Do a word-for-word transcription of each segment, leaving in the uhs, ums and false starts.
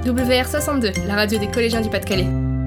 W R soixante-deux, la radio des collégiens du Pas-de-Calais.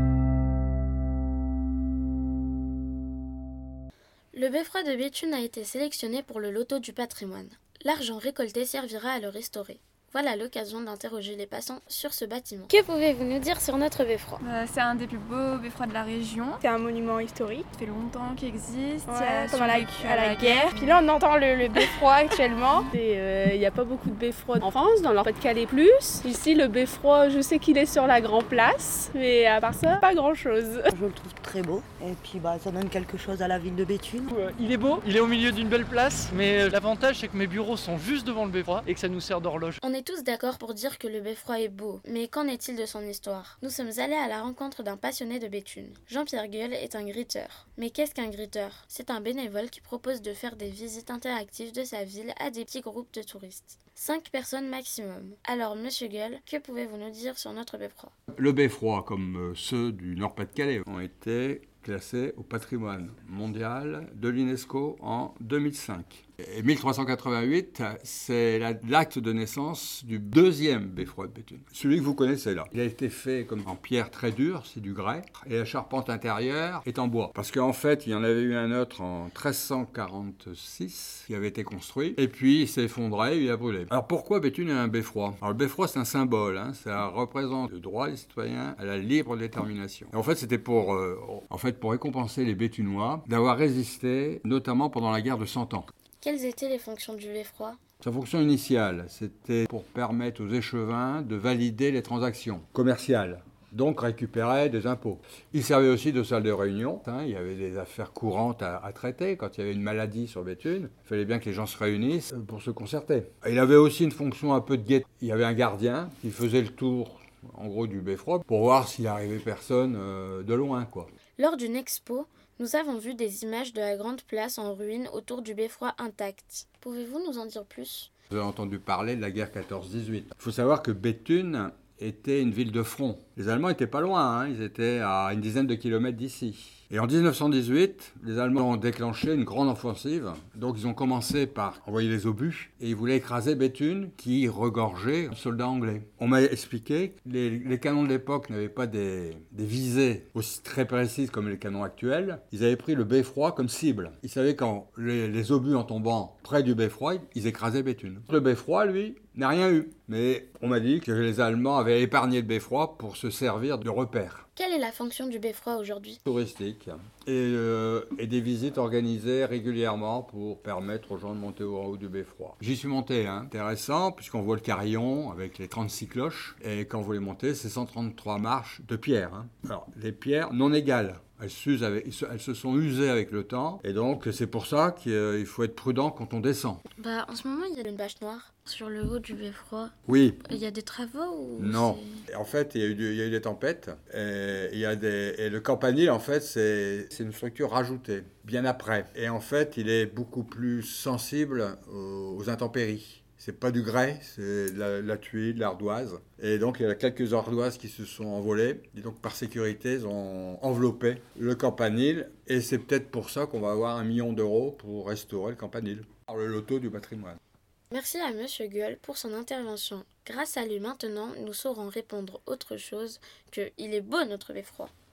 Le beffroi de Béthune a été sélectionné pour le loto du patrimoine. L'argent récolté servira à le restaurer. Voilà l'occasion d'interroger les passants sur ce bâtiment. Que pouvez-vous nous dire sur notre beffroi ? euh, C'est un des plus beaux beffrois de la région. C'est un monument historique. Ça fait longtemps qu'il existe. Ouais, comme à la, à la guerre. Puis là, on entend le, le beffroi actuellement. Il n'y euh, a pas beaucoup de beffrois en France, dans le Pas-de-Calais plus. Ici, le beffroi, je sais qu'il est sur la Grand Place, mais à part ça, pas grand-chose. Je le trouve très beau. Et puis, bah, ça donne quelque chose à la ville de Béthune. Euh, il est beau, il est au milieu d'une belle place, mais l'avantage, c'est que mes bureaux sont juste devant le beffroi et que ça nous sert d'horloge. On est tous d'accord pour dire que le beffroi est beau, mais qu'en est-il de son histoire ? Nous sommes allés à la rencontre d'un passionné de Béthune. Jean-Pierre Gueule est un gritteur. Mais qu'est-ce qu'un gritteur ? C'est un bénévole qui propose de faire des visites interactives de sa ville à des petits groupes de touristes. Cinq personnes maximum. Alors, monsieur Gueule, que pouvez-vous nous dire sur notre beffroi ? Le beffroi, comme ceux du Nord-Pas-de-Calais, ont été classés au patrimoine mondial de l'UNESCO en deux mille cinq. Et mille trois cent quatre-vingt-huit, c'est l'acte de naissance du deuxième beffroi de Béthune. Celui que vous connaissez là. Il a été fait comme en pierre très dure, c'est du grès, et la charpente intérieure est en bois. Parce qu'en fait, il y en avait eu un autre en treize cent quarante-six qui avait été construit, et puis il s'est effondré, il a brûlé. Alors pourquoi Béthune a un beffroi ? Alors le beffroi, c'est un symbole, hein, ça représente le droit des citoyens à la libre détermination. Et en fait, c'était pour, euh, en fait, pour récompenser les Béthunois d'avoir résisté, notamment pendant la guerre de Cent Ans. Quelles étaient les fonctions du beffroi ? Sa fonction initiale, c'était pour permettre aux échevins de valider les transactions commerciales, donc récupérer des impôts. Il servait aussi de salle de réunion. Hein, il y avait des affaires courantes à, à traiter. Quand il y avait une maladie sur Béthune, il fallait bien que les gens se réunissent pour se concerter. Il avait aussi une fonction un peu de guette. Il y avait un gardien qui faisait le tour, en gros, du beffroi pour voir s'il arrivait personne euh, de loin, quoi. Lors d'une expo, nous avons vu des images de la grande place en ruine autour du beffroi intact. Pouvez-vous nous en dire plus ? Vous avez entendu parler de la guerre quatorze dix-huit. Il faut savoir que Béthune était une ville de front. Les Allemands étaient pas loin, hein, ils étaient à une dizaine de kilomètres d'ici. Et en dix-neuf cent dix-huit, les Allemands ont déclenché une grande offensive. Donc ils ont commencé par envoyer les obus et ils voulaient écraser Béthune qui regorgeait de soldats anglais. On m'a expliqué que les, les canons de l'époque n'avaient pas des, des visées aussi très précises comme les canons actuels. Ils avaient pris le beffroi comme cible. Ils savaient quand les, les obus en tombant près du beffroi, ils écrasaient Béthune. Le beffroi, lui, n'a rien eu. Mais on m'a dit que les Allemands avaient épargné le beffroi pour se servir de repère. Quelle est la fonction du beffroi aujourd'hui ? Touristique et, euh, et des visites organisées régulièrement pour permettre aux gens de monter au haut du beffroi. J'y suis monté, hein. Intéressant, puisqu'on voit le carillon avec les trente-six cloches. Et quand vous les montez, c'est cent trente-trois marches de pierre. Hein. Alors, les pierres non égales. Elles, s'usent avec, elles se sont usées avec le temps. Et donc, c'est pour ça qu'il faut être prudent quand on descend. Bah, en ce moment, il y a une bâche noire sur le haut du beffroi. Oui. Il y a des travaux ou Non. C'est... En fait, il y a eu, du, il y a eu des tempêtes. Et, il y a des, et le campanile, en fait, c'est, c'est une structure rajoutée, bien après. Et en fait, il est beaucoup plus sensible aux, aux intempéries. C'est pas du grès, c'est de la, la tuile, de l'ardoise. Et donc, il y a quelques ardoises qui se sont envolées. Et donc, par sécurité, ils ont enveloppé le campanile. Et c'est peut-être pour ça qu'on va avoir un million d'euros pour restaurer le campanile. Par le loto du patrimoine. Merci à monsieur Gueule pour son intervention. Grâce à lui maintenant, nous saurons répondre autre chose que « Il est beau notre beffroi ».